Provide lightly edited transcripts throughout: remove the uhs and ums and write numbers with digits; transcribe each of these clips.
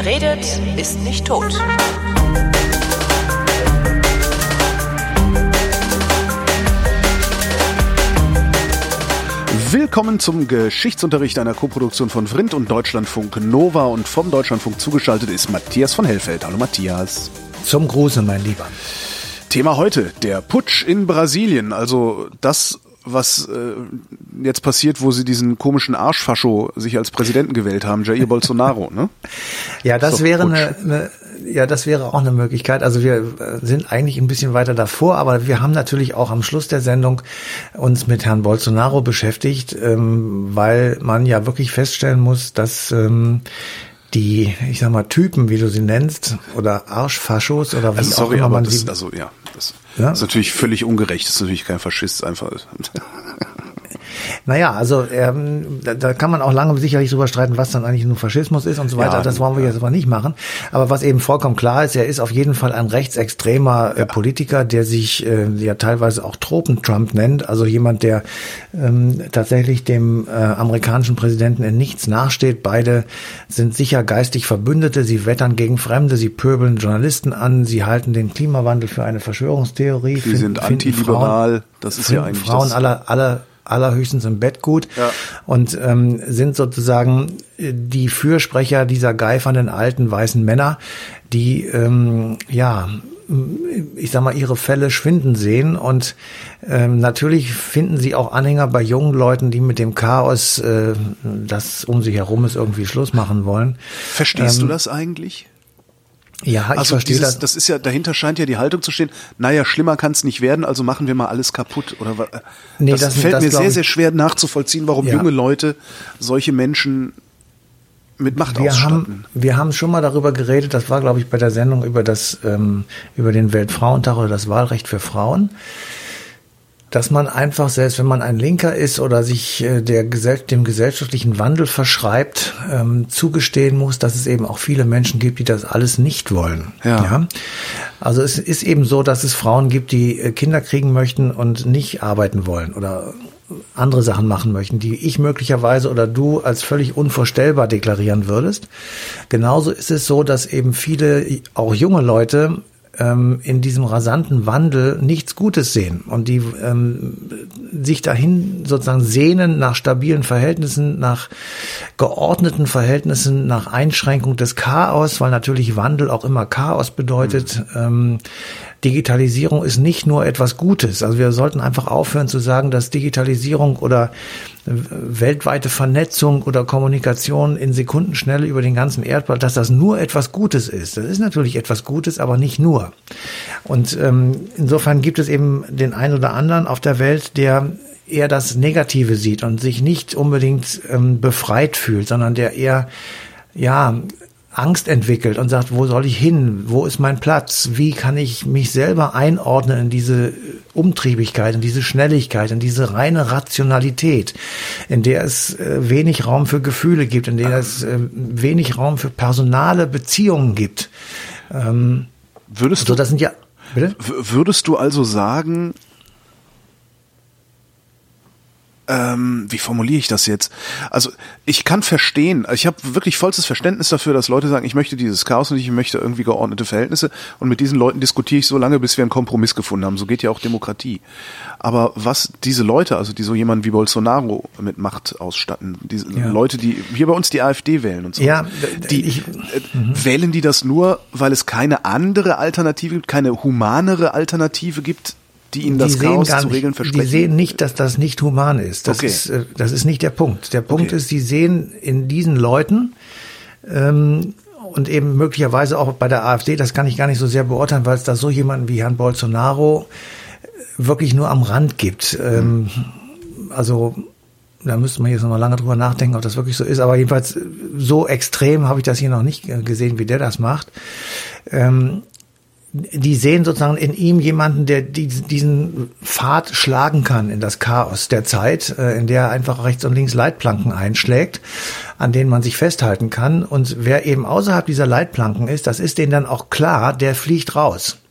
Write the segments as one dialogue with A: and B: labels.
A: redet, ist nicht tot.
B: Willkommen zum Geschichtsunterricht einer Koproduktion von Vrindt und Deutschlandfunk Nova, und vom Deutschlandfunk zugeschaltet ist Matthias von Hellfeld. Hallo Matthias.
C: Zum Gruße, mein Lieber.
B: Thema heute, der Putsch in Brasilien, also das, was jetzt passiert, wo sie diesen komischen Arschfascho sich als Präsidenten gewählt haben, Jair Bolsonaro, ne?
C: Ja, das wäre das wäre auch eine Möglichkeit. Also wir sind eigentlich ein bisschen weiter davor, aber wir haben natürlich auch am Schluss der Sendung uns mit Herrn Bolsonaro beschäftigt, weil man ja wirklich feststellen muss, dass die, ich sag mal, Typen, wie du sie nennst, oder Arschfaschos oder was auch immer man sie...
B: Das ist natürlich völlig ungerecht. Das ist natürlich kein Faschist, einfach.
C: Naja, also da kann man auch lange sicherlich drüber streiten, was dann eigentlich nur Faschismus ist und so weiter. Ja, das wollen wir jetzt aber nicht machen. Aber was eben vollkommen klar ist, er ist auf jeden Fall ein rechtsextremer Politiker, der sich ja teilweise auch Tropen-Trump nennt. Also jemand, der tatsächlich dem amerikanischen Präsidenten in nichts nachsteht. Beide sind sicher geistig Verbündete. Sie wettern gegen Fremde, sie pöbeln Journalisten an, sie halten den Klimawandel für eine Verschwörungstheorie.
B: Sie sind antiliberal. Das ist ja eigentlich
C: Frauen allerhöchstens im Bett gut, und sind sozusagen die Fürsprecher dieser geifernden alten weißen Männer, die ich sag mal, ihre Fälle schwinden sehen, und natürlich finden sie auch Anhänger bei jungen Leuten, die mit dem Chaos, das um sich herum ist, irgendwie Schluss machen wollen.
B: Verstehst du das eigentlich?
C: Ja, ich verstehe das.
B: Das ist ja, dahinter scheint ja die Haltung zu stehen, naja, schlimmer kann es nicht werden, also machen wir mal alles kaputt. Oder das fällt mir sehr, sehr schwer nachzuvollziehen, warum junge Leute solche Menschen mit Macht ausstatten.
C: Wir haben schon mal darüber geredet, das war, glaube ich, bei der Sendung über über den Weltfrauentag oder das Wahlrecht für Frauen, dass man einfach, selbst wenn man ein Linker ist oder sich dem gesellschaftlichen Wandel verschreibt, zugestehen muss, dass es eben auch viele Menschen gibt, die das alles nicht wollen. Ja. Also es ist eben so, dass es Frauen gibt, die Kinder kriegen möchten und nicht arbeiten wollen oder andere Sachen machen möchten, die ich möglicherweise oder du als völlig unvorstellbar deklarieren würdest. Genauso ist es so, dass eben viele, auch junge Leute, in diesem rasanten Wandel nichts Gutes sehen und die sich dahin sozusagen sehnen nach stabilen Verhältnissen, nach geordneten Verhältnissen, nach Einschränkung des Chaos, weil natürlich Wandel auch immer Chaos bedeutet. Digitalisierung ist nicht nur etwas Gutes. Also wir sollten einfach aufhören zu sagen, dass Digitalisierung oder weltweite Vernetzung oder Kommunikation in Sekundenschnelle über den ganzen Erdball, dass das nur etwas Gutes ist. Das ist natürlich etwas Gutes, aber nicht nur. Und insofern gibt es eben den einen oder anderen auf der Welt, der eher das Negative sieht und sich nicht unbedingt befreit fühlt, sondern der eher, Angst entwickelt und sagt, wo soll ich hin? Wo ist mein Platz? Wie kann ich mich selber einordnen in diese Umtriebigkeit, in diese Schnelligkeit, in diese reine Rationalität, in der es wenig Raum für Gefühle gibt, in der es wenig Raum für personale Beziehungen gibt.
B: Würdest du also sagen, wie formuliere ich das jetzt? Also ich kann verstehen, ich habe wirklich vollstes Verständnis dafür, dass Leute sagen, ich möchte dieses Chaos und ich möchte irgendwie geordnete Verhältnisse, und mit diesen Leuten diskutiere ich so lange, bis wir einen Kompromiss gefunden haben. So geht ja auch Demokratie. Aber was diese Leute, also die so jemanden wie Bolsonaro mit Macht ausstatten, diese Leute, die hier bei uns die AfD wählen und so, wählen die das nur, weil es keine andere Alternative gibt, keine humanere Alternative gibt, die ihnen das Chaos zu regeln versprechen?
C: Die sehen nicht, dass das nicht human ist. Das ist nicht der Punkt. Der Punkt ist, sie sehen in diesen Leuten und eben möglicherweise auch bei der AfD, das kann ich gar nicht so sehr beurteilen, weil es da so jemanden wie Herrn Bolsonaro wirklich nur am Rand gibt. Also da müsste man jetzt noch mal lange drüber nachdenken, ob das wirklich so ist. Aber jedenfalls so extrem habe ich das hier noch nicht gesehen, wie der das macht. Die sehen sozusagen in ihm jemanden, der diesen Pfad schlagen kann in das Chaos der Zeit, in der er einfach rechts und links Leitplanken einschlägt, an denen man sich festhalten kann. Und wer eben außerhalb dieser Leitplanken ist, das ist denen dann auch klar, der fliegt raus.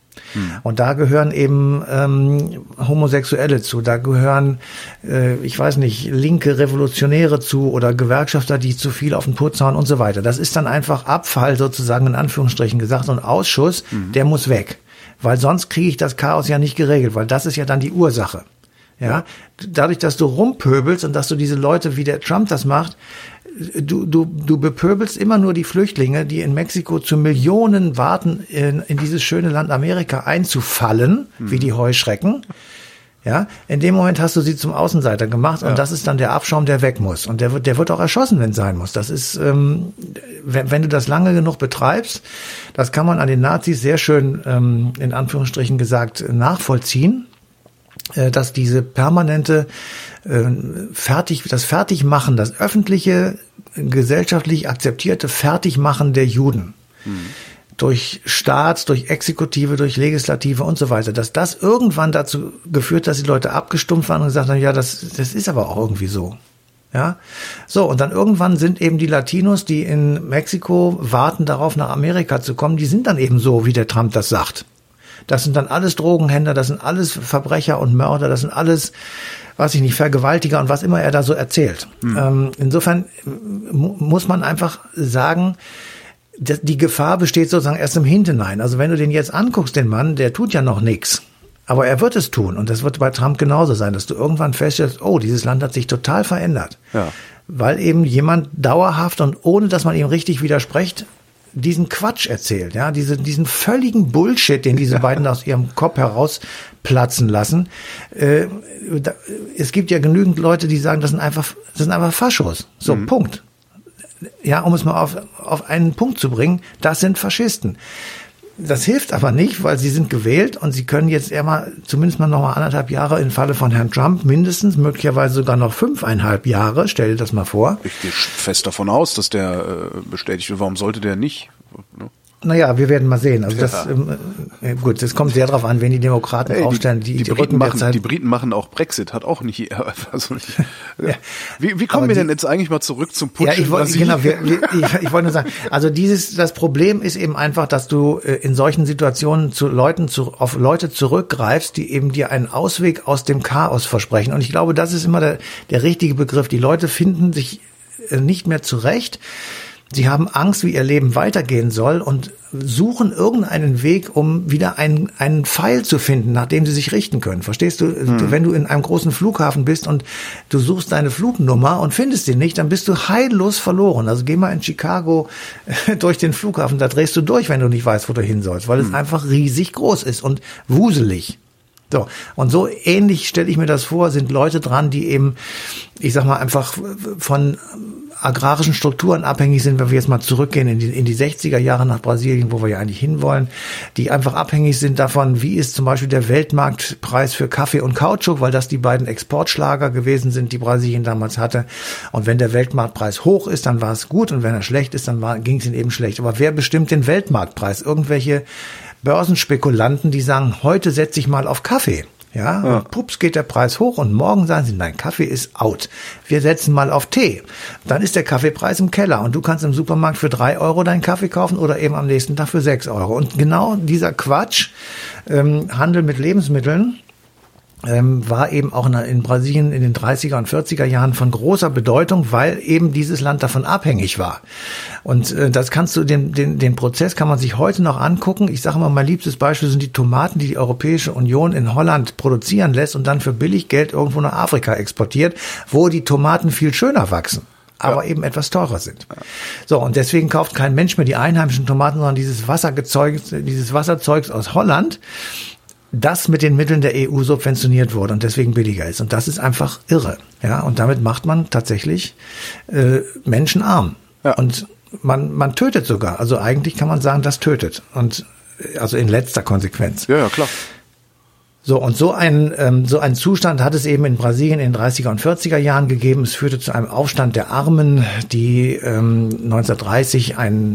C: Und da gehören eben Homosexuelle zu, da gehören, ich weiß nicht, linke Revolutionäre zu oder Gewerkschafter, die zu viel auf den Putz hauen und so weiter. Das ist dann einfach Abfall sozusagen in Anführungsstrichen gesagt, so ein Ausschuss, der muss weg. Weil sonst kriege ich das Chaos ja nicht geregelt, weil das ist ja dann die Ursache. Ja, dadurch, dass du rumpöbelst und dass du diese Leute, wie der Trump das macht, du bepöbelst immer nur die Flüchtlinge, die in Mexiko zu Millionen warten, in dieses schöne Land Amerika einzufallen, wie die Heuschrecken. Ja, in dem Moment hast du sie zum Außenseiter gemacht und das ist dann der Abschaum, der weg muss. Und der wird auch erschossen, wenn es sein muss. Das ist, wenn du das lange genug betreibst, das kann man an den Nazis sehr schön, in Anführungsstrichen gesagt, nachvollziehen, dass diese permanente das Fertigmachen, das öffentliche, gesellschaftlich akzeptierte Fertigmachen der Juden durch Staat, durch Exekutive, durch Legislative und so weiter, dass das irgendwann dazu geführt, dass die Leute abgestumpft waren und gesagt haben, ja, das ist aber auch irgendwie so. Ja, so, und dann irgendwann sind eben die Latinos, die in Mexiko warten, darauf nach Amerika zu kommen, die sind dann eben so, wie der Trump das sagt. Das sind dann alles Drogenhändler, das sind alles Verbrecher und Mörder, das sind alles, weiß ich nicht, Vergewaltiger und was immer er da so erzählt. Insofern muss man einfach sagen, die Gefahr besteht sozusagen erst im Hinterhinein. Also wenn du den jetzt anguckst, den Mann, der tut ja noch nichts. Aber er wird es tun. Und das wird bei Trump genauso sein, dass du irgendwann feststellst, oh, dieses Land hat sich total verändert. Ja. Weil eben jemand dauerhaft und ohne, dass man ihm richtig widerspricht, diesen Quatsch erzählt, ja, diesen völligen Bullshit, den diese beiden aus ihrem Kopf herausplatzen lassen. Es gibt ja genügend Leute, die sagen, das sind einfach Faschos. So, Punkt. Ja, um es mal auf einen Punkt zu bringen, das sind Faschisten. Das hilft aber nicht, weil sie sind gewählt und sie können jetzt zumindest noch mal 1,5 Jahre im Falle von Herrn Trump mindestens, möglicherweise sogar noch 5,5 Jahre, stell dir das mal vor.
B: Ich gehe fest davon aus, dass der bestätigt wird. Warum sollte der nicht?
C: Naja, wir werden mal sehen. Also das, gut, das kommt sehr darauf an, wen die Demokraten aufstellen.
B: Die Briten machen auch Brexit, hat auch nicht. Also nicht ja. Wie kommen wir denn jetzt eigentlich mal zurück zum Putsch?
C: Ja, ich wollte nur sagen, also das Problem ist eben einfach, dass du in solchen Situationen auf Leute zurückgreifst, die eben dir einen Ausweg aus dem Chaos versprechen. Und ich glaube, das ist immer der richtige Begriff. Die Leute finden sich nicht mehr zurecht. Sie haben Angst, wie ihr Leben weitergehen soll und suchen irgendeinen Weg, um wieder einen Pfeil zu finden, nach dem sie sich richten können. Verstehst du? Wenn du in einem großen Flughafen bist und du suchst deine Flugnummer und findest sie nicht, dann bist du heillos verloren. Also geh mal in Chicago durch den Flughafen, da drehst du durch, wenn du nicht weißt, wo du hin sollst, weil es einfach riesig groß ist und wuselig. So, und so ähnlich stelle ich mir das vor, sind Leute dran, die eben, ich sag mal, einfach von agrarischen Strukturen abhängig sind, wenn wir jetzt mal zurückgehen in die 60er Jahre nach Brasilien, wo wir ja eigentlich hinwollen, die einfach abhängig sind davon, wie ist zum Beispiel der Weltmarktpreis für Kaffee und Kautschuk, weil das die beiden Exportschlager gewesen sind, die Brasilien damals hatte. Und wenn der Weltmarktpreis hoch ist, dann war es gut und wenn er schlecht ist, dann ging es ihnen eben schlecht. Aber wer bestimmt den Weltmarktpreis? Irgendwelche Börsenspekulanten, die sagen, heute setze ich mal auf Kaffee. Ja, und pups geht der Preis hoch und morgen sagen sie, nein, Kaffee ist out. Wir setzen mal auf Tee. Dann ist der Kaffeepreis im Keller und du kannst im Supermarkt für 3 Euro deinen Kaffee kaufen oder eben am nächsten Tag für 6 Euro. Und genau dieser Quatsch, Handel mit Lebensmitteln, war eben auch in Brasilien in den 30er und 40er Jahren von großer Bedeutung, weil eben dieses Land davon abhängig war. Und das kannst du, den Prozess kann man sich heute noch angucken. Ich sage mal, mein liebstes Beispiel sind die Tomaten, die Europäische Union in Holland produzieren lässt und dann für billig Geld irgendwo nach Afrika exportiert, wo die Tomaten viel schöner wachsen, aber eben etwas teurer sind. So, und deswegen kauft kein Mensch mehr die einheimischen Tomaten, sondern dieses Wasserzeugs aus Holland, das mit den Mitteln der EU subventioniert wurde und deswegen billiger ist. Und das ist einfach irre. Ja, und damit macht man tatsächlich Menschen arm. Ja. Und man tötet sogar. Also eigentlich kann man sagen, das tötet. Und also in letzter Konsequenz.
B: Ja, klar.
C: So ein Zustand hat es eben in Brasilien in den 30er und 40er Jahren gegeben. Es führte zu einem Aufstand der Armen, die 1930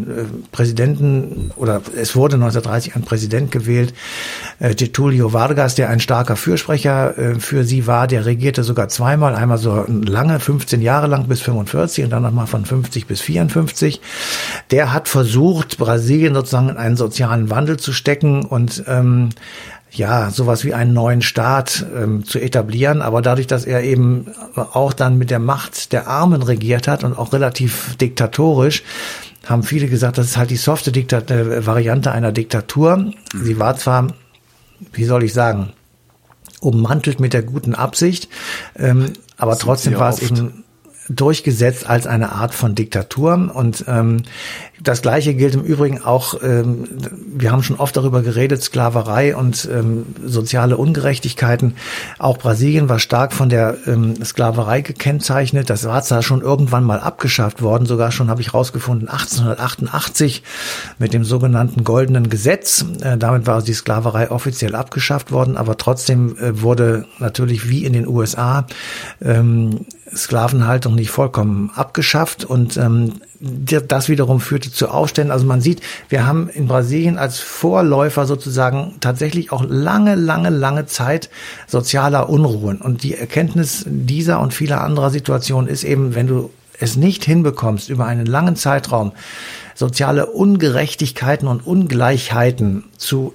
C: es wurde 1930 ein Präsident gewählt, Getúlio Vargas, der ein starker Fürsprecher für sie war. Der regierte sogar zweimal, einmal so lange, 15 Jahre lang bis 45 und dann nochmal von 50 bis 54. Der hat versucht, Brasilien sozusagen in einen sozialen Wandel zu stecken und sowas wie einen neuen Staat zu etablieren, aber dadurch, dass er eben auch dann mit der Macht der Armen regiert hat und auch relativ diktatorisch, haben viele gesagt, das ist halt die softe Variante einer Diktatur. Sie war zwar, wie soll ich sagen, ummantelt mit der guten Absicht, aber trotzdem war es eben durchgesetzt als eine Art von Diktatur. Und das Gleiche gilt im Übrigen auch, wir haben schon oft darüber geredet, Sklaverei und soziale Ungerechtigkeiten. Auch Brasilien war stark von der Sklaverei gekennzeichnet. Das war zwar schon irgendwann mal abgeschafft worden, sogar schon, habe ich rausgefunden, 1888 mit dem sogenannten Goldenen Gesetz. Damit war die Sklaverei offiziell abgeschafft worden, aber trotzdem wurde natürlich wie in den USA Sklavenhaltung nicht vollkommen abgeschafft und das wiederum führte zu Aufständen. Also man sieht, wir haben in Brasilien als Vorläufer sozusagen tatsächlich auch lange Zeit sozialer Unruhen. Und die Erkenntnis dieser und vieler anderer Situationen ist eben, wenn du es nicht hinbekommst, über einen langen Zeitraum soziale Ungerechtigkeiten und Ungleichheiten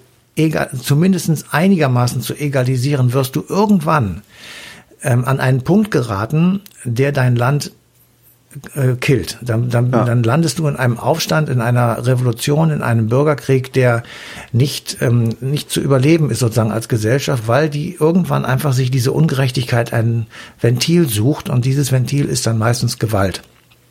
C: zumindest einigermaßen zu egalisieren, wirst du irgendwann an einen Punkt geraten, der dein Land killt. Dann landest du in einem Aufstand, in einer Revolution, in einem Bürgerkrieg, der nicht zu überleben ist sozusagen als Gesellschaft, weil die irgendwann einfach sich diese Ungerechtigkeit ein Ventil sucht und dieses Ventil ist dann meistens Gewalt.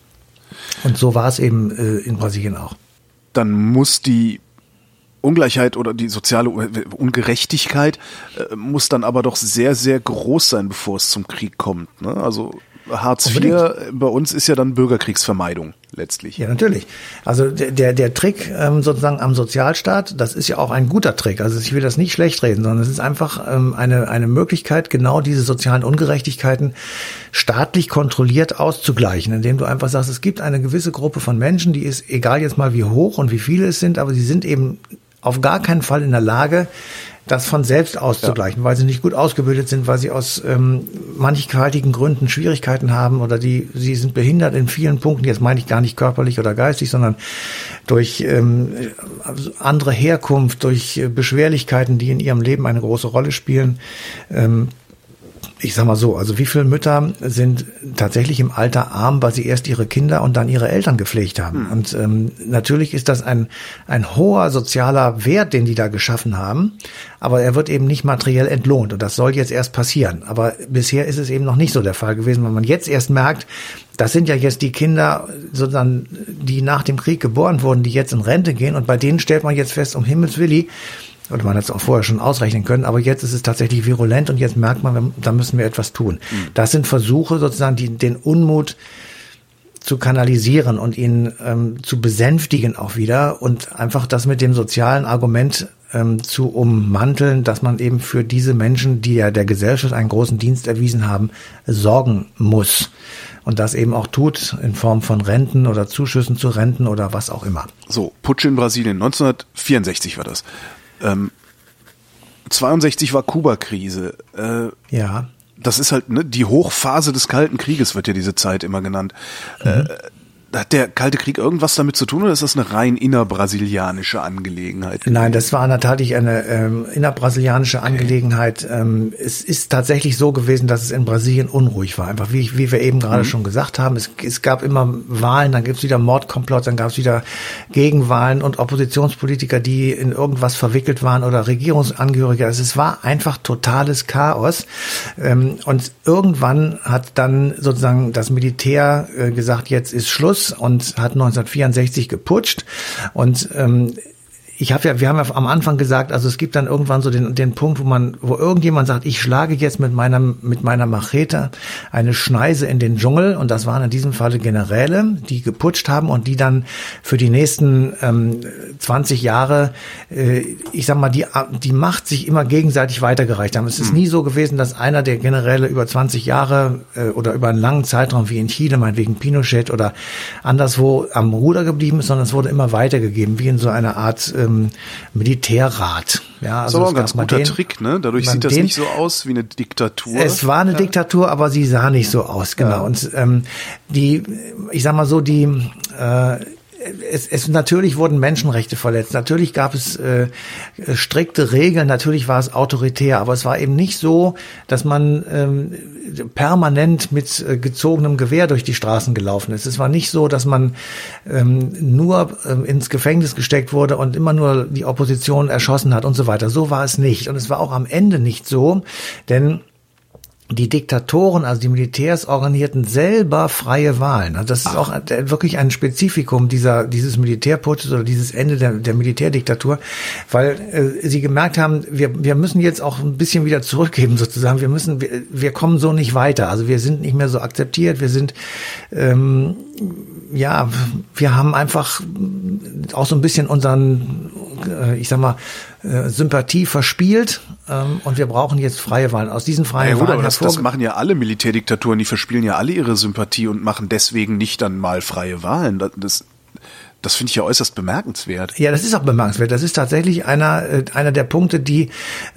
C: Und so war es eben in Brasilien auch.
B: Dann muss die Ungleichheit oder die soziale Ungerechtigkeit muss dann aber doch sehr, sehr groß sein, bevor es zum Krieg kommt. Ne? Also Hartz IV bei uns ist ja dann Bürgerkriegsvermeidung letztlich.
C: Ja, natürlich. Also der Trick sozusagen am Sozialstaat, das ist ja auch ein guter Trick. Also ich will das nicht schlecht reden, sondern es ist einfach eine Möglichkeit, genau diese sozialen Ungerechtigkeiten staatlich kontrolliert auszugleichen, indem du einfach sagst, es gibt eine gewisse Gruppe von Menschen, die ist, egal jetzt mal wie hoch und wie viele es sind, aber sie sind eben auf gar keinen Fall in der Lage, das von selbst auszugleichen, weil sie nicht gut ausgebildet sind, weil sie aus mannigfaltigen Gründen Schwierigkeiten haben oder sie sind behindert in vielen Punkten. Jetzt meine ich gar nicht körperlich oder geistig, sondern durch andere Herkunft, durch Beschwerlichkeiten, die in ihrem Leben eine große Rolle spielen. Ich sag mal so, also wie viele Mütter sind tatsächlich im Alter arm, weil sie erst ihre Kinder und dann ihre Eltern gepflegt haben. Und natürlich ist das ein hoher sozialer Wert, den die da geschaffen haben, aber er wird eben nicht materiell entlohnt und das soll jetzt erst passieren. Aber bisher ist es eben noch nicht so der Fall gewesen, weil man jetzt erst merkt, das sind ja jetzt die Kinder, sozusagen, die nach dem Krieg geboren wurden, die jetzt in Rente gehen und bei denen stellt man jetzt fest, um Himmels Willi, oder man hat es auch vorher schon ausrechnen können, aber jetzt ist es tatsächlich virulent und jetzt merkt man, da müssen wir etwas tun. Das sind Versuche sozusagen, den Unmut zu kanalisieren und ihn zu besänftigen auch wieder und einfach das mit dem sozialen Argument zu ummanteln, dass man eben für diese Menschen, die ja der Gesellschaft einen großen Dienst erwiesen haben, sorgen muss. Und das eben auch tut in Form von Renten oder Zuschüssen zu Renten oder was auch immer.
B: So, Putsch in Brasilien, 1964 war das. 62 war Kuba-Krise.
C: Ja.
B: Das ist halt die Hochphase des Kalten Krieges, wird ja diese Zeit immer genannt. Hat der Kalte Krieg irgendwas damit zu tun oder ist das eine rein innerbrasilianische Angelegenheit?
C: Nein, das war natürlich eine innerbrasilianische Angelegenheit. Es ist tatsächlich so gewesen, dass es in Brasilien unruhig war. Einfach wie wir eben gerade schon gesagt haben. Es gab immer Wahlen, dann gibt es wieder Mordkomplott, dann gab es wieder Gegenwahlen und Oppositionspolitiker, die in irgendwas verwickelt waren oder Regierungsangehörige. Also es war einfach totales Chaos. Und irgendwann hat dann sozusagen das Militär gesagt, jetzt ist Schluss. Und hat 1964 geputscht und wir haben ja am Anfang gesagt, also es gibt dann irgendwann so den Punkt, wo irgendjemand sagt, ich schlage jetzt mit meiner Machete eine Schneise in den Dschungel, und das waren in diesem Falle Generäle, die geputscht haben und die dann für die nächsten 20 Jahre, ich sag mal, die Macht sich immer gegenseitig weitergereicht haben. Es ist nie so gewesen, dass einer der Generäle über 20 Jahre oder über einen langen Zeitraum wie in Chile, meinetwegen Pinochet oder anderswo am Ruder geblieben ist, sondern es wurde immer weitergegeben, wie in so einer Art Militärrat. Ja,
B: also das ist aber ein ganz guter Trick, ne? Dadurch sieht das nicht so aus wie eine Diktatur.
C: Es war eine Diktatur, aber sie sah nicht so aus, genau. Ja. Und ich sag mal so, natürlich wurden Menschenrechte verletzt, natürlich gab es strikte Regeln, natürlich war es autoritär, aber es war eben nicht so, dass man permanent mit gezogenem Gewehr durch die Straßen gelaufen ist. Es war nicht so, dass man nur ins Gefängnis gesteckt wurde und immer nur die Opposition erschossen hat und so weiter. So war es nicht. Und es war auch am Ende nicht so, denn die Diktatoren, also die Militärs, organisierten selber freie Wahlen. Also das ist auch wirklich ein Spezifikum dieses Militärputsches oder dieses Ende der Militärdiktatur, weil sie gemerkt haben, wir müssen jetzt auch ein bisschen wieder zurückgeben sozusagen. Wir kommen so nicht weiter. Also wir sind nicht mehr so akzeptiert. Wir sind wir haben einfach auch so ein bisschen unseren, Sympathie verspielt, und wir brauchen jetzt freie Wahlen. Aus diesen freien Wahlen
B: das machen ja alle Militärdiktaturen, die verspielen ja alle ihre Sympathie und machen deswegen nicht dann mal freie Wahlen. Das finde ich ja äußerst bemerkenswert.
C: Ja, das ist auch bemerkenswert. Das ist tatsächlich einer der Punkte, die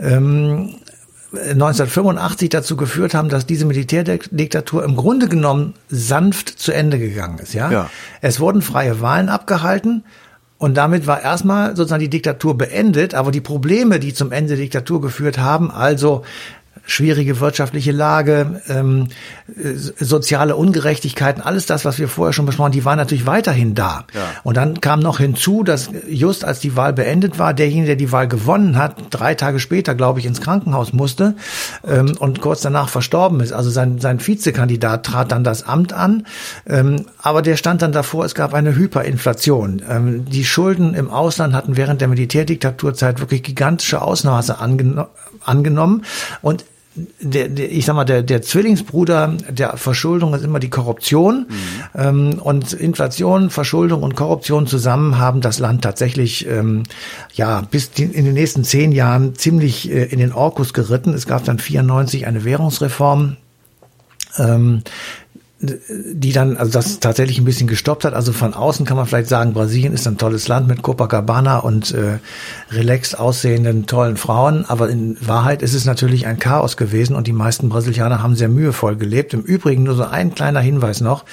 C: 1985 dazu geführt haben, dass diese Militärdiktatur im Grunde genommen sanft zu Ende gegangen ist. Ja. Es wurden freie Wahlen abgehalten. Und damit war erstmal sozusagen die Diktatur beendet, aber die Probleme, die zum Ende der Diktatur geführt haben, also schwierige wirtschaftliche Lage, soziale Ungerechtigkeiten, alles das, was wir vorher schon besprochen haben, die waren natürlich weiterhin da. Ja. Und dann kam noch hinzu, dass just als die Wahl beendet war, derjenige, der die Wahl gewonnen hat, 3 Tage später, glaube ich, ins Krankenhaus musste und kurz danach verstorben ist. Also sein Vizekandidat trat dann das Amt an, aber der stand dann davor, es gab eine Hyperinflation. Die Schulden im Ausland hatten während der Militärdiktaturzeit wirklich gigantische Ausmaße angenommen, und der Zwillingsbruder der Verschuldung ist immer die Korruption. Und Inflation, Verschuldung und Korruption zusammen haben das Land tatsächlich bis in den nächsten 10 Jahren ziemlich in den Orkus geritten. Es gab dann 1994 eine Währungsreform, die dann, also das tatsächlich ein bisschen gestoppt hat. Also von außen kann man vielleicht sagen, Brasilien ist ein tolles Land mit Copacabana und relaxed aussehenden, tollen Frauen. Aber in Wahrheit ist es natürlich ein Chaos gewesen, und die meisten Brasilianer haben sehr mühevoll gelebt. Im Übrigen nur so ein kleiner Hinweis noch.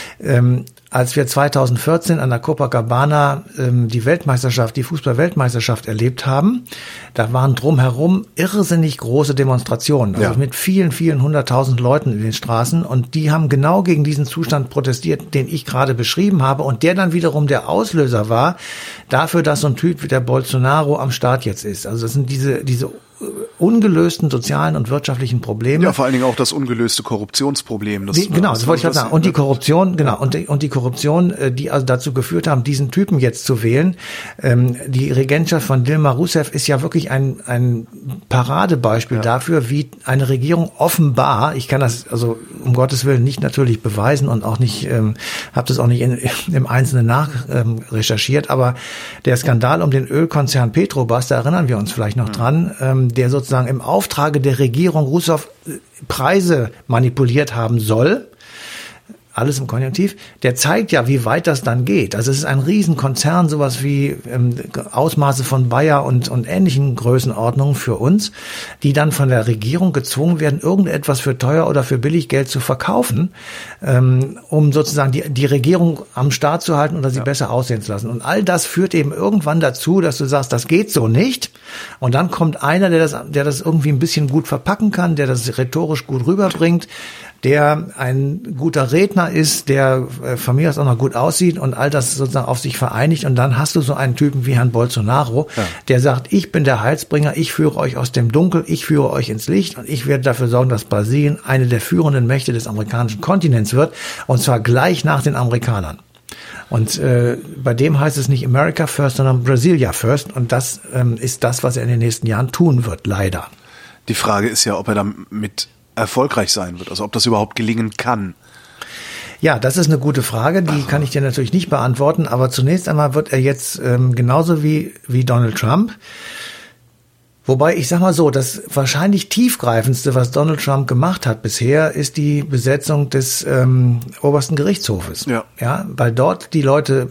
C: Als wir 2014 an der Copacabana die Fußball-Weltmeisterschaft erlebt haben, da waren drumherum irrsinnig große Demonstrationen, also mit vielen, vielen 100.000 Leuten in den Straßen, und die haben genau gegen diesen Zustand protestiert, den ich gerade beschrieben habe, und der dann wiederum der Auslöser war dafür, dass so ein Typ wie der Bolsonaro am Start jetzt ist. Also das sind diese ungelösten sozialen und wirtschaftlichen Probleme.
B: Ja, vor allen Dingen auch das ungelöste Korruptionsproblem. Das
C: wollte ich gerade sagen. Und die Korruption, und die Korruption, die also dazu geführt haben, diesen Typen jetzt zu wählen. Die Regentschaft von Dilma Rousseff ist ja wirklich ein Paradebeispiel dafür, wie eine Regierung offenbar, ich kann das also um Gottes Willen nicht natürlich beweisen und auch nicht, habe das auch nicht im Einzelnen nachrecherchiert, aber der Skandal um den Ölkonzern Petrobras, da erinnern wir uns vielleicht noch dran, der sozusagen im Auftrage der Regierung Rousseff Preise manipuliert haben soll, alles im Konjunktiv, der zeigt ja, wie weit das dann geht. Also es ist ein Riesenkonzern, sowas wie Ausmaße von Bayer und ähnlichen Größenordnungen für uns, die dann von der Regierung gezwungen werden, irgendetwas für teuer oder für billig Geld zu verkaufen, um sozusagen die Regierung am Start zu halten oder sie besser aussehen zu lassen. Und all das führt eben irgendwann dazu, dass du sagst, das geht so nicht. Und dann kommt einer, der das irgendwie ein bisschen gut verpacken kann, der das rhetorisch gut rüberbringt, der ein guter Redner ist, der von mir aus auch noch gut aussieht und all das sozusagen auf sich vereinigt. Und dann hast du so einen Typen wie Herrn Bolsonaro, der sagt, ich bin der Heilsbringer, ich führe euch aus dem Dunkel, ich führe euch ins Licht und ich werde dafür sorgen, dass Brasilien eine der führenden Mächte des amerikanischen Kontinents wird, und zwar gleich nach den Amerikanern. Und bei dem heißt es nicht America First, sondern Brasilia First. Und das ist das, was er in den nächsten Jahren tun wird, leider.
B: Die Frage ist ja, ob er damit erfolgreich sein wird, also ob das überhaupt gelingen kann.
C: Ja, das ist eine gute Frage, die kann ich dir natürlich nicht beantworten, aber zunächst einmal wird er jetzt genauso wie Donald Trump. Wobei, ich sag mal so, das wahrscheinlich tiefgreifendste, was Donald Trump gemacht hat bisher, ist die Besetzung des obersten Gerichtshofes. Ja, weil dort die Leute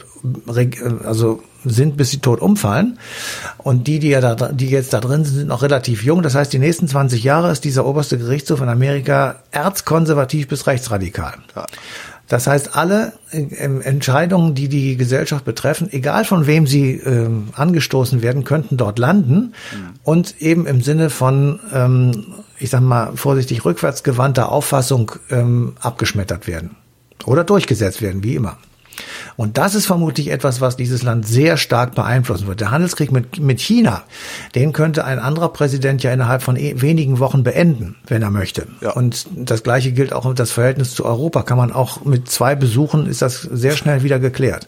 C: sind, bis sie tot umfallen. Und die jetzt da drin sind noch relativ jung. Das heißt, die nächsten 20 Jahre ist dieser oberste Gerichtshof in Amerika erzkonservativ bis rechtsradikal. Ja. Das heißt, alle Entscheidungen, die die Gesellschaft betreffen, egal von wem sie angestoßen werden, könnten dort landen und eben im Sinne von, ich sag mal, vorsichtig rückwärtsgewandter Auffassung abgeschmettert werden oder durchgesetzt werden, wie immer. Und das ist vermutlich etwas, was dieses Land sehr stark beeinflussen wird. Der Handelskrieg mit China, den könnte ein anderer Präsident ja innerhalb von wenigen Wochen beenden, wenn er möchte. Ja. Und das Gleiche gilt auch das Verhältnis zu Europa. Kann man auch mit 2 Besuchen, ist das sehr schnell wieder geklärt.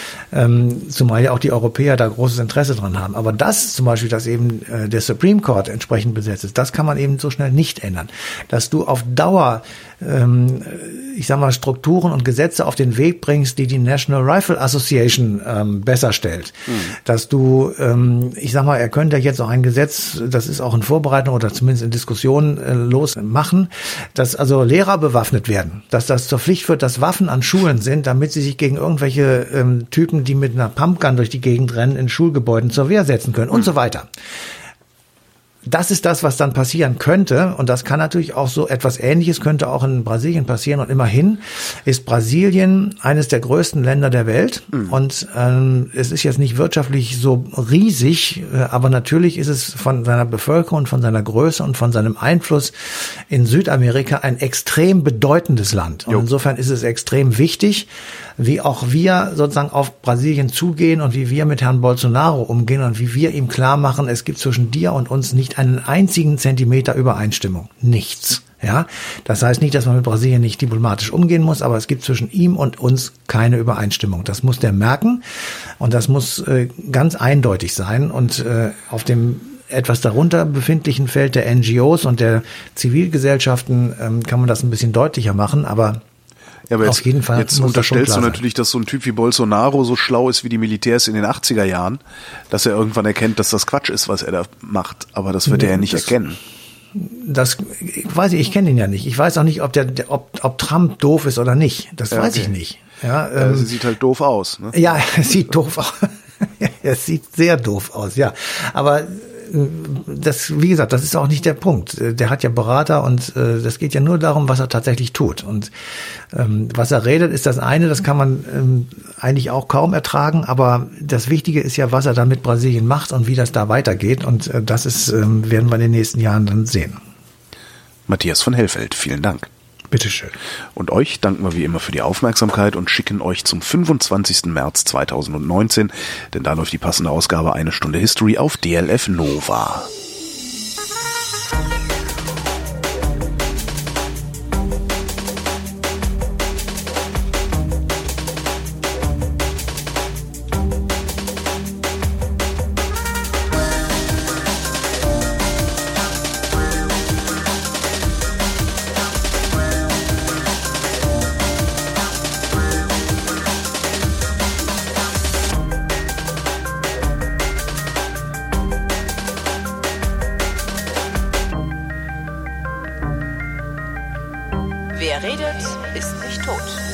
C: Zumal ja auch die Europäer da großes Interesse dran haben. Aber das zum Beispiel, dass eben der Supreme Court entsprechend besetzt ist, das kann man eben so schnell nicht ändern. Dass du auf Dauer, ich sag mal, Strukturen und Gesetze auf den Weg bringst, die die National Rifle Association besser stellt. Dass du, ich sag mal, er könnte jetzt auch ein Gesetz, das ist auch in Vorbereitung oder zumindest in Diskussionen losmachen, dass also Lehrer bewaffnet werden. Dass das zur Pflicht wird, dass Waffen an Schulen sind, damit sie sich gegen irgendwelche Typen, die mit einer Pumpgun durch die Gegend rennen, in Schulgebäuden zur Wehr setzen können und so weiter. Das ist das, was dann passieren könnte. Und das kann natürlich auch so etwas Ähnliches könnte auch in Brasilien passieren. Und immerhin ist Brasilien eines der größten Länder der Welt. Und es ist jetzt nicht wirtschaftlich so riesig, aber natürlich ist es von seiner Bevölkerung, von seiner Größe und von seinem Einfluss in Südamerika ein extrem bedeutendes Land. Und insofern ist es extrem wichtig, wie auch wir sozusagen auf Brasilien zugehen und wie wir mit Herrn Bolsonaro umgehen und wie wir ihm klar machen, es gibt zwischen dir und uns nicht einen einzigen Zentimeter Übereinstimmung. Nichts. Ja, das heißt nicht, dass man mit Brasilien nicht diplomatisch umgehen muss, aber es gibt zwischen ihm und uns keine Übereinstimmung. Das muss der merken und das muss ganz eindeutig sein und auf dem etwas darunter befindlichen Feld der NGOs und der Zivilgesellschaften kann man das ein bisschen deutlicher machen, aber
B: ja, aber auf jeden Fall jetzt unterstellst du natürlich, dass so ein Typ wie Bolsonaro so schlau ist wie die Militärs in den 80er Jahren, dass er irgendwann erkennt, dass das Quatsch ist, was er da macht. Aber das wird er ja nicht erkennen.
C: Das weiß ich kenne ihn ja nicht. Ich weiß auch nicht, ob Trump doof ist oder nicht. Das weiß ich nicht. Ja,
B: sie sieht halt doof aus. Ne?
C: Ja, er sieht doof aus. Er sieht sehr doof aus, ja. Aber das, wie gesagt, das ist auch nicht der Punkt. Der hat ja Berater und das geht ja nur darum, was er tatsächlich tut. Und was er redet, ist das eine, das kann man eigentlich auch kaum ertragen, aber das Wichtige ist ja, was er da mit Brasilien macht und wie das da weitergeht. Und das ist, werden wir in den nächsten Jahren dann sehen.
B: Matthias von Hellfeld, vielen Dank.
C: Bitteschön.
B: Und euch danken wir wie immer für die Aufmerksamkeit und schicken euch zum 25. März 2019, denn da läuft die passende Ausgabe Eine Stunde History auf DLF Nova.
A: Wer redet, ist nicht tot.